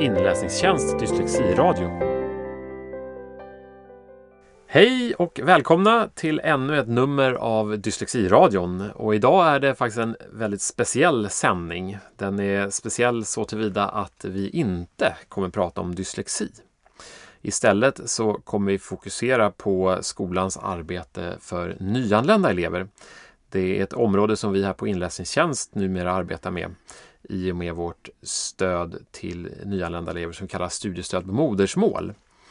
inläsningstjänst Dyslexiradio. Hej och välkomna till ännu ett nummer av Dyslexiradion. Och idag är det faktiskt en väldigt speciell sändning. Den är speciell så tillvida att vi inte kommer prata om dyslexi. Istället så kommer vi fokusera på skolans arbete för nyanlända elever. Det är ett område som vi här på inläsningstjänst numera arbetar med i och med vårt stöd till nyanlända elever som kallas studiestöd på modersmål.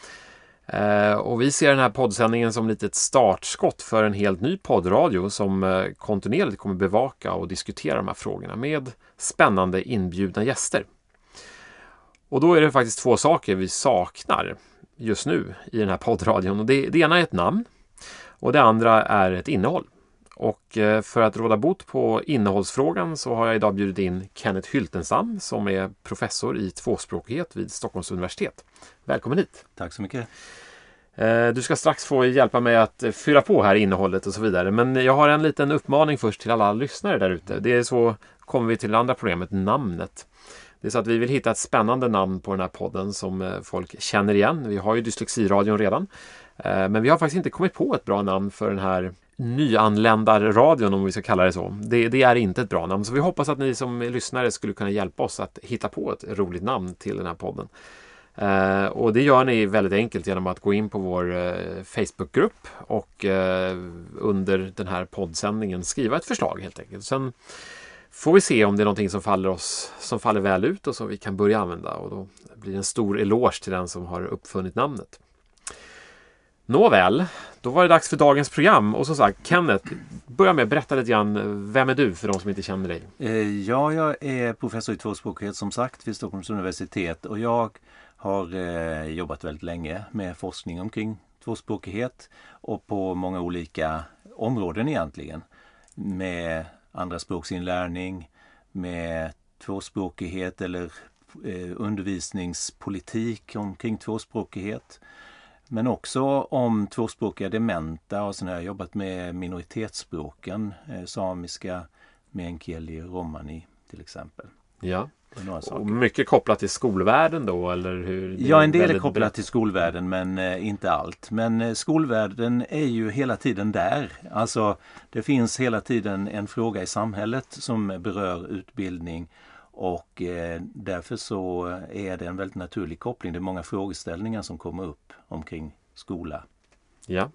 Och vi ser den här poddsändningen som lite ett startskott för en helt ny poddradio som kontinuerligt kommer bevaka och diskutera de här frågorna med spännande inbjudna gäster. Och då är det faktiskt två saker vi saknar just nu i den här poddradion. Och det ena är ett namn och det andra är ett innehåll. Och för att råda bot på innehållsfrågan så har jag idag bjudit in Kenneth Hyltenstam som är professor i tvåspråkighet vid Stockholms universitet. Välkommen hit. Tack så mycket. Du ska strax få hjälpa mig att fylla på här innehållet och så vidare. Men jag har en liten uppmaning först till alla lyssnare där ute. Det är så kommer vi till det andra problemet, namnet. Det är så att vi vill hitta ett spännande namn på den här podden som folk känner igen. Vi har ju Dyslexiradion redan. Men vi har faktiskt inte kommit på ett bra namn för den här nyanländarradion, om vi ska kalla det så. Det är inte ett bra namn. Så vi hoppas att ni som lyssnare skulle kunna hjälpa oss att hitta på ett roligt namn till den här podden. Och det gör ni väldigt enkelt genom att gå in på vår Facebookgrupp och under den här poddsändningen skriva ett förslag helt enkelt. Sen får vi se om det är någonting som faller väl ut och som vi kan börja använda. Och då blir det en stor eloge till den som har uppfunnit namnet. Nåväl, då var det dags för dagens program. Och som sagt, Kenneth, börja med att berätta lite grann. Vem är du för de som inte känner dig? Ja, jag är professor i tvåspråkighet som sagt vid Stockholms universitet. Och jag har jobbat väldigt länge med forskning omkring tvåspråkighet. Och på många olika områden egentligen. Med andraspråksinlärning, med tvåspråkighet eller undervisningspolitik omkring tvåspråkighet. Men också om tvåspråkiga dementa och sen har jag jobbat med minoritetsspråken, samiska, meänkieli, romani till exempel. Ja, och mycket kopplat till skolvärlden då, eller hur? Ja, en del är kopplat till skolvärlden men inte allt. Men skolvärlden är ju hela tiden där. Alltså det finns hela tiden en fråga i samhället som berör utbildning. Och därför så är det en väldigt naturlig koppling. Det är många frågeställningar som kommer upp omkring skola. Ja,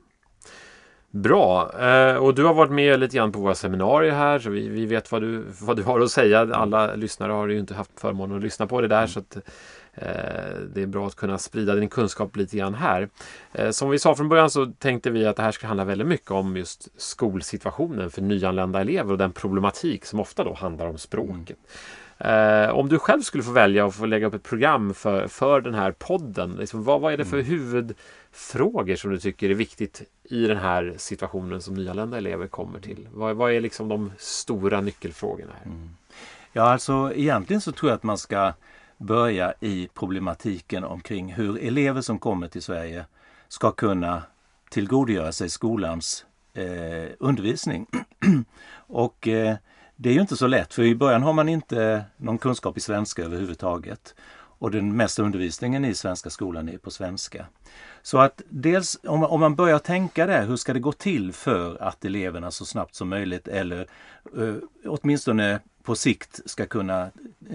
bra. Och du har varit med lite grann på våra seminarier här. Så vi vet vad du har att säga. Alla lyssnare har ju inte haft förmånen att lyssna på det där. Så att, det är bra att kunna sprida din kunskap lite grann här. Som vi sa från början så tänkte vi att det här ska handla väldigt mycket om just skolsituationen för nyanlända elever. Och den problematik som ofta då handlar om språket. Om du själv skulle få välja och få lägga upp ett program för den här podden, liksom, vad är det för huvudfrågor som du tycker är viktigt i den här situationen som nyanlända elever kommer till? Vad är liksom de stora nyckelfrågorna här? Ja, alltså egentligen så tror jag att man ska börja i problematiken omkring hur elever som kommer till Sverige ska kunna tillgodogöra sig skolans undervisning. Och det är ju inte så lätt, för i början har man inte någon kunskap i svenska överhuvudtaget. Och den mesta undervisningen i svenska skolan är på svenska. Så att dels, om man börjar tänka där, hur ska det gå till för att eleverna så snabbt som möjligt eller åtminstone på sikt ska kunna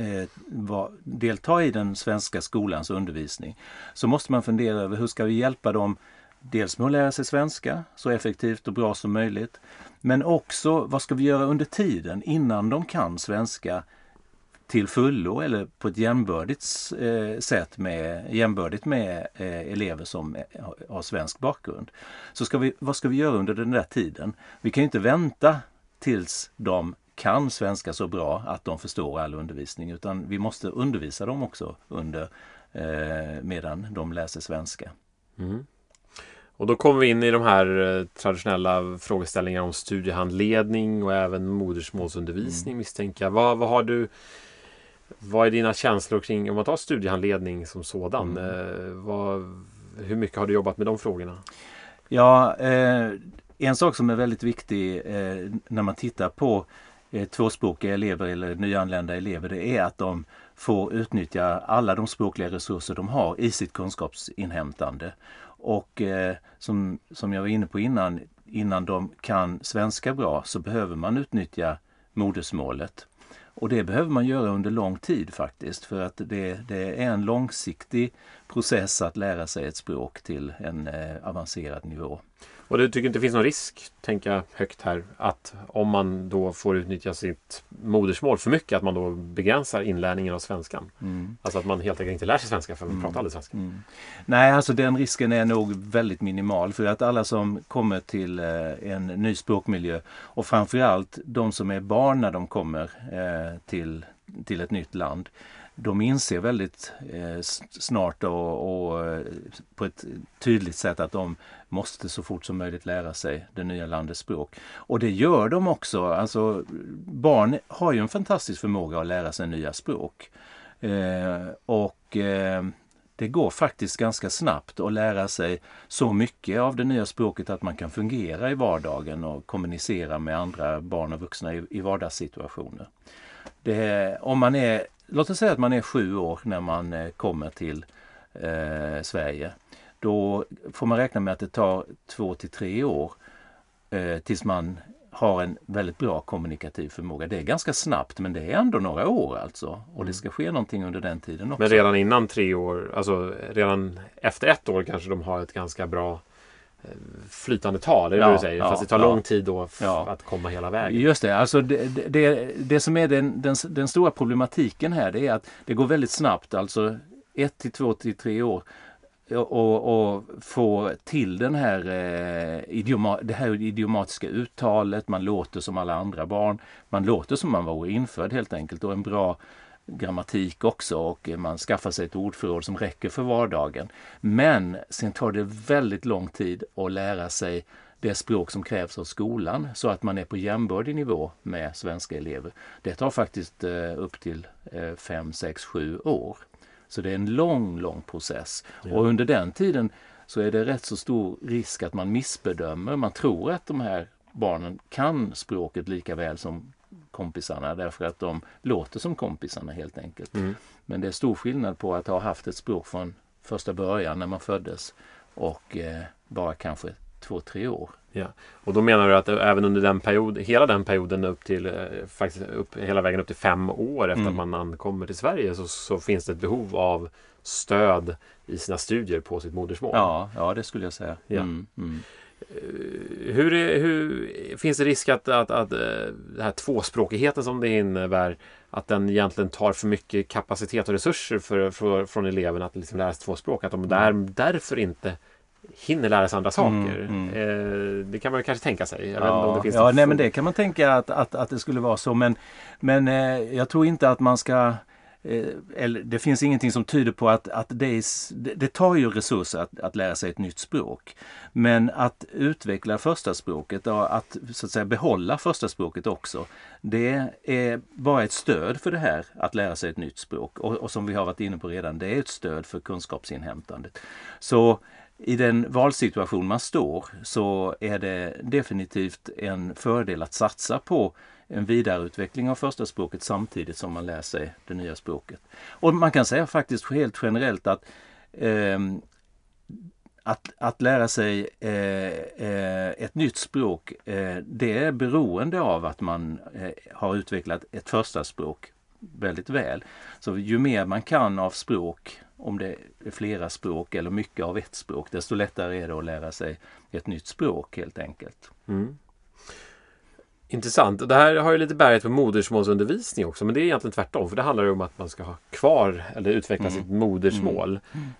delta i den svenska skolans undervisning. Så måste man fundera över hur ska vi hjälpa dem dels med att lära sig svenska så effektivt och bra som möjligt. Men också vad ska vi göra under tiden innan de kan svenska till fullo eller på ett jämbördigt sätt med elever som har svensk bakgrund. Så vad ska vi göra under den där tiden? Vi kan ju inte vänta tills de kan svenska så bra att de förstår all undervisning, utan vi måste undervisa dem också medan de läser svenska. Mm. Och då kommer vi in i de här traditionella frågeställningarna om studiehandledning och även modersmålsundervisning misstänker jag. Vad är dina känslor kring om man tar studiehandledning som sådan? Hur mycket har du jobbat med de frågorna? Ja, en sak som är väldigt viktig när man tittar på tvåspråkiga elever eller nyanlända elever, det är att de får utnyttja alla de språkliga resurser de har i sitt kunskapsinhämtande. Och som jag var inne på innan de kan svenska bra så behöver man utnyttja modersmålet. Och det behöver man göra under lång tid faktiskt, för att det är en långsiktig process att lära sig ett språk till en avancerad nivå. Och du tycker inte det finns någon risk, tänker jag högt här, att om man då får utnyttja sitt modersmål för mycket, att man då begränsar inlärningen av svenskan? Alltså att man helt enkelt inte lär sig svenska för att man pratar aldrig svenska. Nej, alltså den risken är nog väldigt minimal, för att alla som kommer till en ny språkmiljö, och framförallt de som är barn när de kommer till ett nytt land, de inser väldigt snart och på ett tydligt sätt att de måste så fort som möjligt lära sig det nya landets språk. Och det gör de också. Alltså, barn har ju en fantastisk förmåga att lära sig nya språk. Det går faktiskt ganska snabbt att lära sig så mycket av det nya språket att man kan fungera i vardagen och kommunicera med andra barn och vuxna i vardagssituationer. Låt oss säga att man är 7 år när man kommer till Sverige. Då får man räkna med att det tar 2 till 3 år tills man har en väldigt bra kommunikativ förmåga. Det är ganska snabbt, men det är ändå några år alltså. Och det ska ske någonting under den tiden också. Men redan innan 3 år, alltså redan efter 1 år kanske de har ett ganska bra flytande tal, är det du säger? Fast det tar lång tid då att komma hela vägen. Just det, alltså det som är den stora problematiken här, det är att det går väldigt snabbt, alltså 1 till 2 till 3 år och få till det här idiomatiska uttalet. Man låter som alla andra barn, man låter som man var infödd helt enkelt, och en bra grammatik också, och man skaffar sig ett ordförråd som räcker för vardagen. Men sen tar det väldigt lång tid att lära sig det språk som krävs av skolan, så att man är på jämbördig nivå med svenska elever. Det tar faktiskt upp till 5, 6, 7 år. Så det är en lång process. Ja. Och under den tiden så är det rätt så stor risk att man missbedömer. Man tror att de här barnen kan språket lika väl som kompisarna, därför att de låter som kompisarna helt enkelt. Men det är stor skillnad på att ha haft ett språk från första början när man föddes och bara kanske 2-3 år. Ja. Och då menar du att även under hela den perioden upp till hela vägen upp till 5 år efter att man ankommer till Sverige, så finns det ett behov av stöd i sina studier på sitt modersmål? Ja, det skulle jag säga. Ja. Hur finns det risk att den här tvåspråkigheten som det innebär, att den egentligen tar för mycket kapacitet och resurser från eleverna att liksom lära sig tvåspråk, att de därför inte hinner lära sig andra saker? Det kan man ju kanske tänka sig. Men det kan man tänka att det skulle vara så, men jag tror inte att man ska, eller det finns ingenting som tyder på att det tar ju resurser att lära sig ett nytt språk. Men att utveckla första språket och att så att säga behålla första språket också, det är bara ett stöd för det här att lära sig ett nytt språk. Och som vi har varit inne på redan, det är ett stöd för kunskapsinhämtandet. Så i den valsituation man står, så är det definitivt en fördel att satsa på en vidareutveckling av första språket samtidigt som man lär sig det nya språket. Och man kan säga faktiskt helt generellt att lära sig ett nytt språk, det är beroende av att man har utvecklat ett första språk väldigt väl. Så ju mer man kan av språk, om det är flera språk eller mycket av ett språk, desto lättare är det att lära sig ett nytt språk helt enkelt. Intressant. Det här har ju lite bärighet på modersmålsundervisning också, men det är egentligen tvärtom, för det handlar ju om att man ska ha kvar eller utveckla sitt modersmål.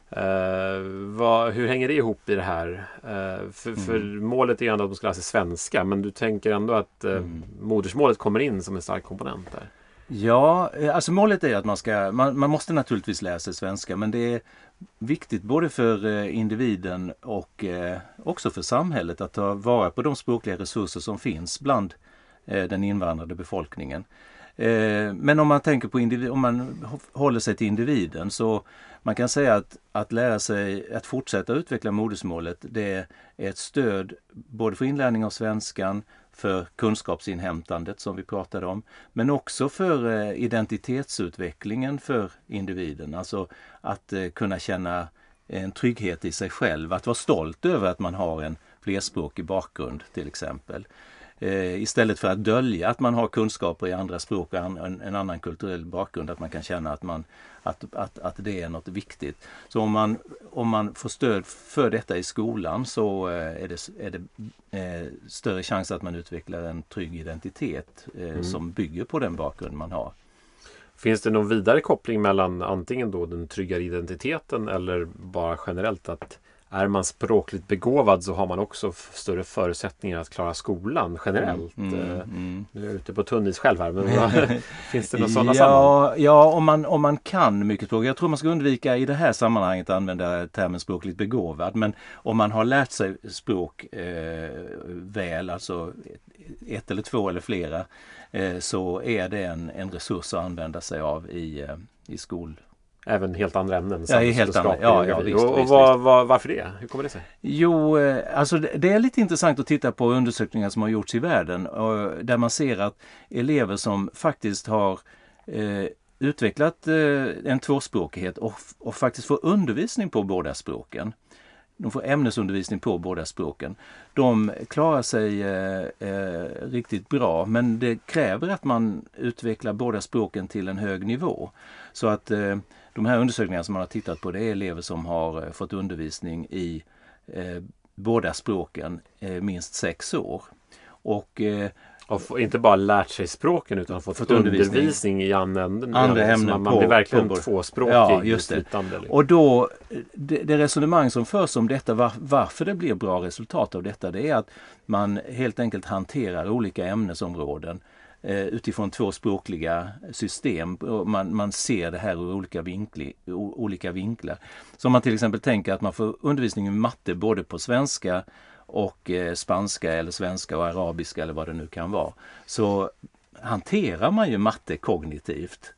Hur hänger det ihop i det här? För målet är ju ändå att man ska lära sig svenska, men du tänker ändå att modersmålet kommer in som en stark komponent där? Ja, alltså målet är att man måste naturligtvis lära sig svenska, men det är viktigt både för individen och också för samhället att ta vara på de språkliga resurser som finns bland den invandrade befolkningen. Men om man tänker på om man håller sig till individen, så man kan säga att lära sig att fortsätta utveckla modersmålet, det är ett stöd både för inlärning av svenskan, för kunskapsinhämtandet som vi pratade om, men också för identitetsutvecklingen för individen. Alltså att kunna känna en trygghet i sig själv, att vara stolt över att man har en flerspråkig bakgrund till exempel. Istället för att dölja att man har kunskaper i andra språk och en annan kulturell bakgrund, att man kan känna att det är något viktigt. Så om man får stöd för detta i skolan så är det större chans att man utvecklar en trygg identitet som bygger på den bakgrund man har. Finns det någon vidare koppling mellan antingen då den tryggare identiteten eller bara generellt att är man språkligt begåvad så har man också större förutsättningar att klara skolan generellt? Nu är jag ute på tunnis själv här, men finns det några sådana samband? Ja, om man kan mycket språk. Jag tror man ska undvika i det här sammanhanget att använda termen språkligt begåvad, men om man har lärt sig språk väl, alltså ett eller två eller flera, så är det en resurs att använda sig av i skol. Även helt andra ämnen? Ja, helt andra. Ja, visst, och visst. Varför det? Hur kommer det sig? Jo, alltså det är lite intressant att titta på undersökningar som har gjorts i världen där man ser att elever som faktiskt har utvecklat en tvåspråkighet och faktiskt får undervisning på båda språken. De får ämnesundervisning på båda språken. De klarar sig riktigt bra, men det kräver att man utvecklar båda språken till en hög nivå. Så att de här undersökningarna som man har tittat på, det är elever som har fått undervisning i båda språken minst 6 år. Och inte bara lärt sig språken utan fått undervisning i andra ämnen. Man blir verkligen tvåspråkig. Ja, just det. Och då, det resonemang som förs om detta, varför det blir bra resultat av detta, det är att man helt enkelt hanterar olika ämnesområden utifrån tvåspråkliga system. Man ser det här ur olika vinklar. Så om man till exempel tänker att man får undervisning i matte både på svenska och spanska eller svenska och arabiska eller vad det nu kan vara, så hanterar man ju matte kognitivt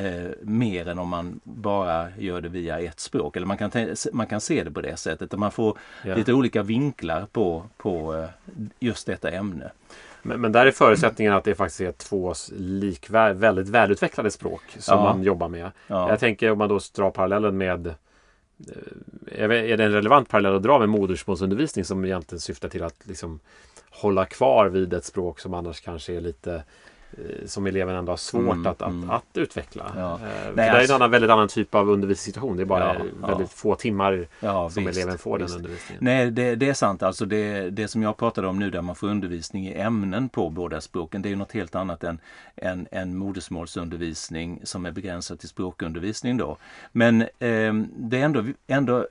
mer än om man bara gör det via ett språk. Eller man kan se det på det sättet att man får lite olika vinklar på just detta ämne. Men där är förutsättningen att det faktiskt är två väldigt välutvecklade språk som man jobbar med. Ja. Jag tänker om man då drar parallellen med är det en relevant parallell att dra med modersmålsundervisning som egentligen syftar till att liksom hålla kvar vid ett språk som annars kanske är lite som eleven ändå har svårt att utveckla. Ja. Det är en väldigt annan typ av undervisningssituation. Det är bara väldigt få timmar som eleven får den undervisningen. Nej, det är sant. Alltså det som jag pratade om nu där man får undervisning i ämnen på båda språken, det är ju något helt annat än modersmålsundervisning som är begränsad till språkundervisning då. Men det är ändå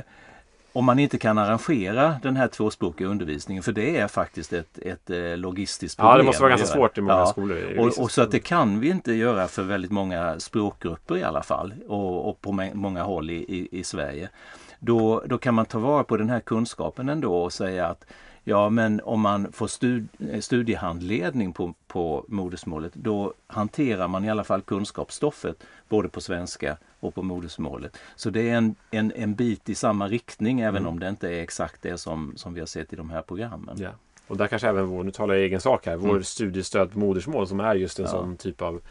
om man inte kan arrangera den här tvåspråkiga undervisningen, för det är faktiskt ett logistiskt problem. Ja, det måste vara ganska svårt i många skolor. Och så att det kan vi inte göra för väldigt många språkgrupper i alla fall och på många håll i Sverige. Då kan man ta vara på den här kunskapen ändå och säga att men om man får studiehandledning på modersmålet, då hanterar man i alla fall kunskapsstoffet både på svenska och på modersmålet. Så det är en bit i samma riktning även om det inte är exakt det som vi har sett i de här programmen. Ja. Och där kanske även nu talar jag egen sak här, vår studiestöd på modersmål som är just en sån typ av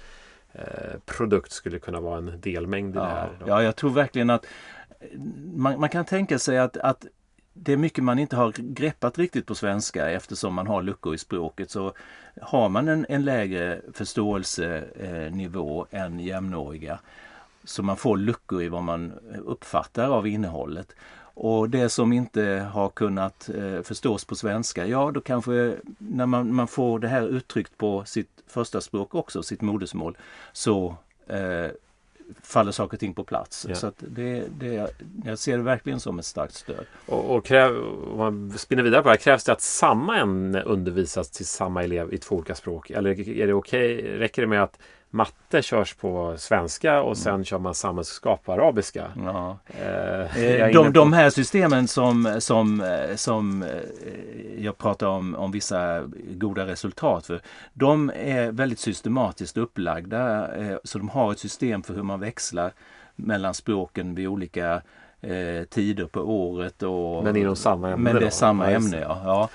produkt skulle kunna vara en delmängd i det här. Då. Ja, jag tror verkligen att man kan tänka sig att det är mycket man inte har greppat riktigt på svenska eftersom man har luckor i språket, så har man en lägre förståelsenivå än jämnåriga. Så man får luckor i vad man uppfattar av innehållet. Och det som inte har kunnat förstås på svenska, då kanske när man får det här uttryckt på sitt första språk också, sitt modersmål, så faller saker och ting på plats. Så att jag ser det verkligen som ett starkt stöd. Och om man spinner vidare på det här, krävs det att samma ämne undervisas till samma elev i två olika språk? Eller är det räcker det med att matte körs på svenska och sen kör man samhällskunskap på arabiska? Ja. De här systemen som jag pratar om vissa goda resultat för, de är väldigt systematiskt upplagda, så de har ett system för hur man växlar mellan språken vid olika tider på året. Men inom samma ämne? Men det är samma ja, ämne, ja.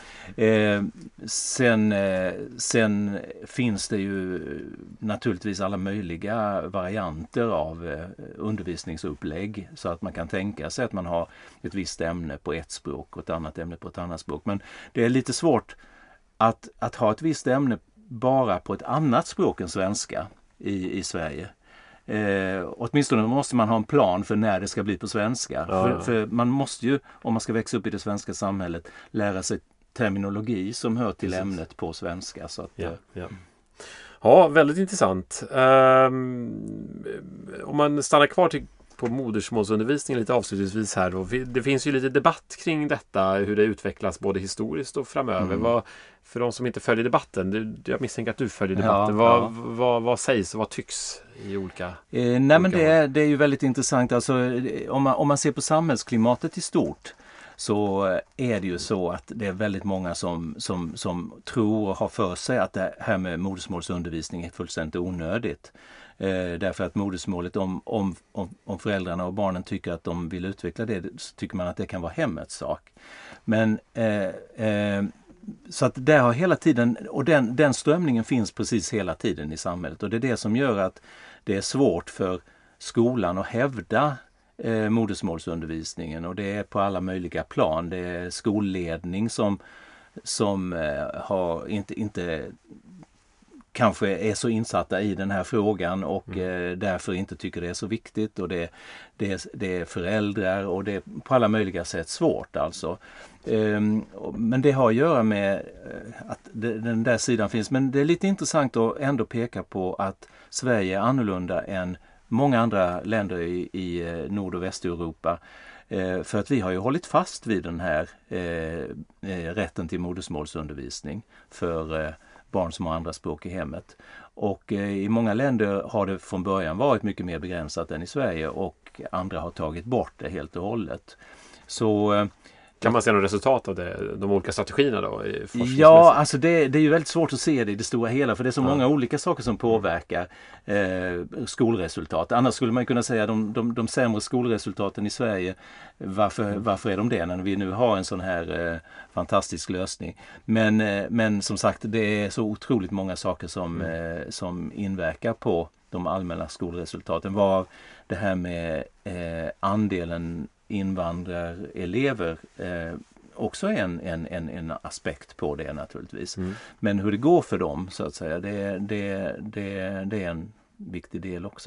Sen finns det ju naturligtvis alla möjliga varianter av undervisningsupplägg, så att man kan tänka sig att man har ett visst ämne på ett språk och ett annat ämne på ett annat språk. Men det är lite svårt att ha ett visst ämne bara på ett annat språk än svenska i Sverige. Åtminstone måste man ha en plan för när det ska bli på svenska. Ja. För man måste ju, om man ska växa upp i det svenska samhället, lära sig terminologi som hör till ämnet på svenska. Så att, ja, väldigt intressant. Om man stannar kvar på modersmålsundervisningen lite avslutningsvis här då. Det finns ju lite debatt kring detta, hur det utvecklas både historiskt och framöver. För de som inte följer debatten, jag misstänker att du följer debatten, vad sägs och vad tycks i olika... men det är ju väldigt intressant. Alltså, om man ser på samhällsklimatet i stort, så är det ju så att det är väldigt många som tror och har för sig att det här med modersmålsundervisning är fullständigt onödigt. Därför att modersmålet, om föräldrarna och barnen tycker att de vill utveckla det, så tycker man att det kan vara hemmets sak. Men så att det har hela tiden, och den strömningen finns precis hela tiden i samhället, och det är det som gör att det är svårt för skolan att hävda modersmålsundervisningen, och det är på alla möjliga plan. Det är skolledning som har inte kanske är så insatta i den här frågan och därför inte tycker det är så viktigt, och det är föräldrar, och det är på alla möjliga sätt svårt alltså. Men det har att göra med att den där sidan finns. Men det är lite intressant att ändå peka på att Sverige är annorlunda än många andra länder i Nord- och Västeuropa. För att vi har ju hållit fast vid den här rätten till modersmålsundervisning för barn som har andra språk i hemmet. Och i många länder har det från början varit mycket mer begränsat än i Sverige, och andra har tagit bort det helt och hållet. Så... Kan man se något resultat av det, de olika strategierna då? Ja, alltså det är ju väldigt svårt att se det i det stora hela, för det är så många olika saker som påverkar skolresultat. Annars skulle man kunna säga de sämre skolresultaten i Sverige, varför är de det när vi nu har en sån här fantastisk lösning? Men som sagt, det är så otroligt många saker som inverkar på de allmänna skolresultaten. Var det här med andelen invandrarelever också är en aspekt på det naturligtvis. Men hur det går för dem, så att säga, det är en viktig del också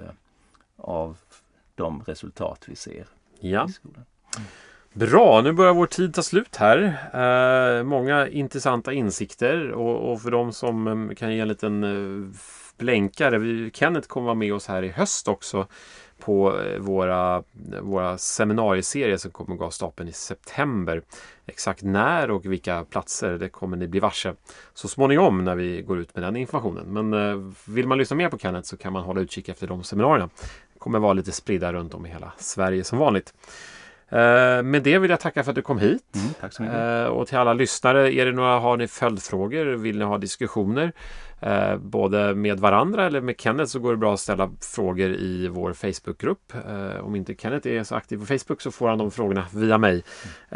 av de resultat vi ser i skolan. Bra, nu börjar vår tid ta slut här. Många intressanta insikter, och för de som kan ge en liten blänkare, Kenneth kommer vara med oss här i höst också på våra seminarieserier som kommer gå av stapeln i september. Exakt när och vilka platser, det kommer ni bli varse så småningom när vi går ut med den informationen. Men vill man lyssna mer på Kenneth så kan man hålla utkik efter de seminarierna. Det kommer vara lite spridda runt om i hela Sverige som vanligt. Med det vill jag tacka för att du kom hit. Tack så mycket. Och till alla lyssnare, har ni följdfrågor, vill ni ha diskussioner både med varandra eller med Kenneth, så går det bra att ställa frågor i vår Facebookgrupp. Om inte Kenneth är så aktiv på Facebook så får han de frågorna via mig.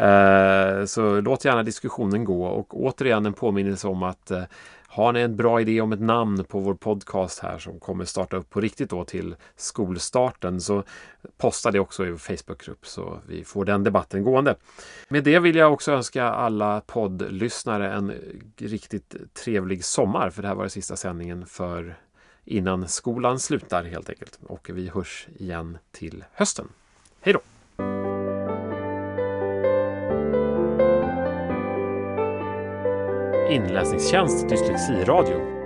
Så låt gärna diskussionen gå, och återigen en påminnelse om att har ni en bra idé om ett namn på vår podcast här som kommer starta upp på riktigt då till skolstarten, så posta det också i vår Facebookgrupp så vi får den debatten gående. Med det vill jag också önska alla poddlyssnare en riktigt trevlig sommar, för det här var den sista sändningen för innan skolan slutar helt enkelt. Och vi hörs igen till hösten. Hej då! Inläsningstjänst Dyslexiradio.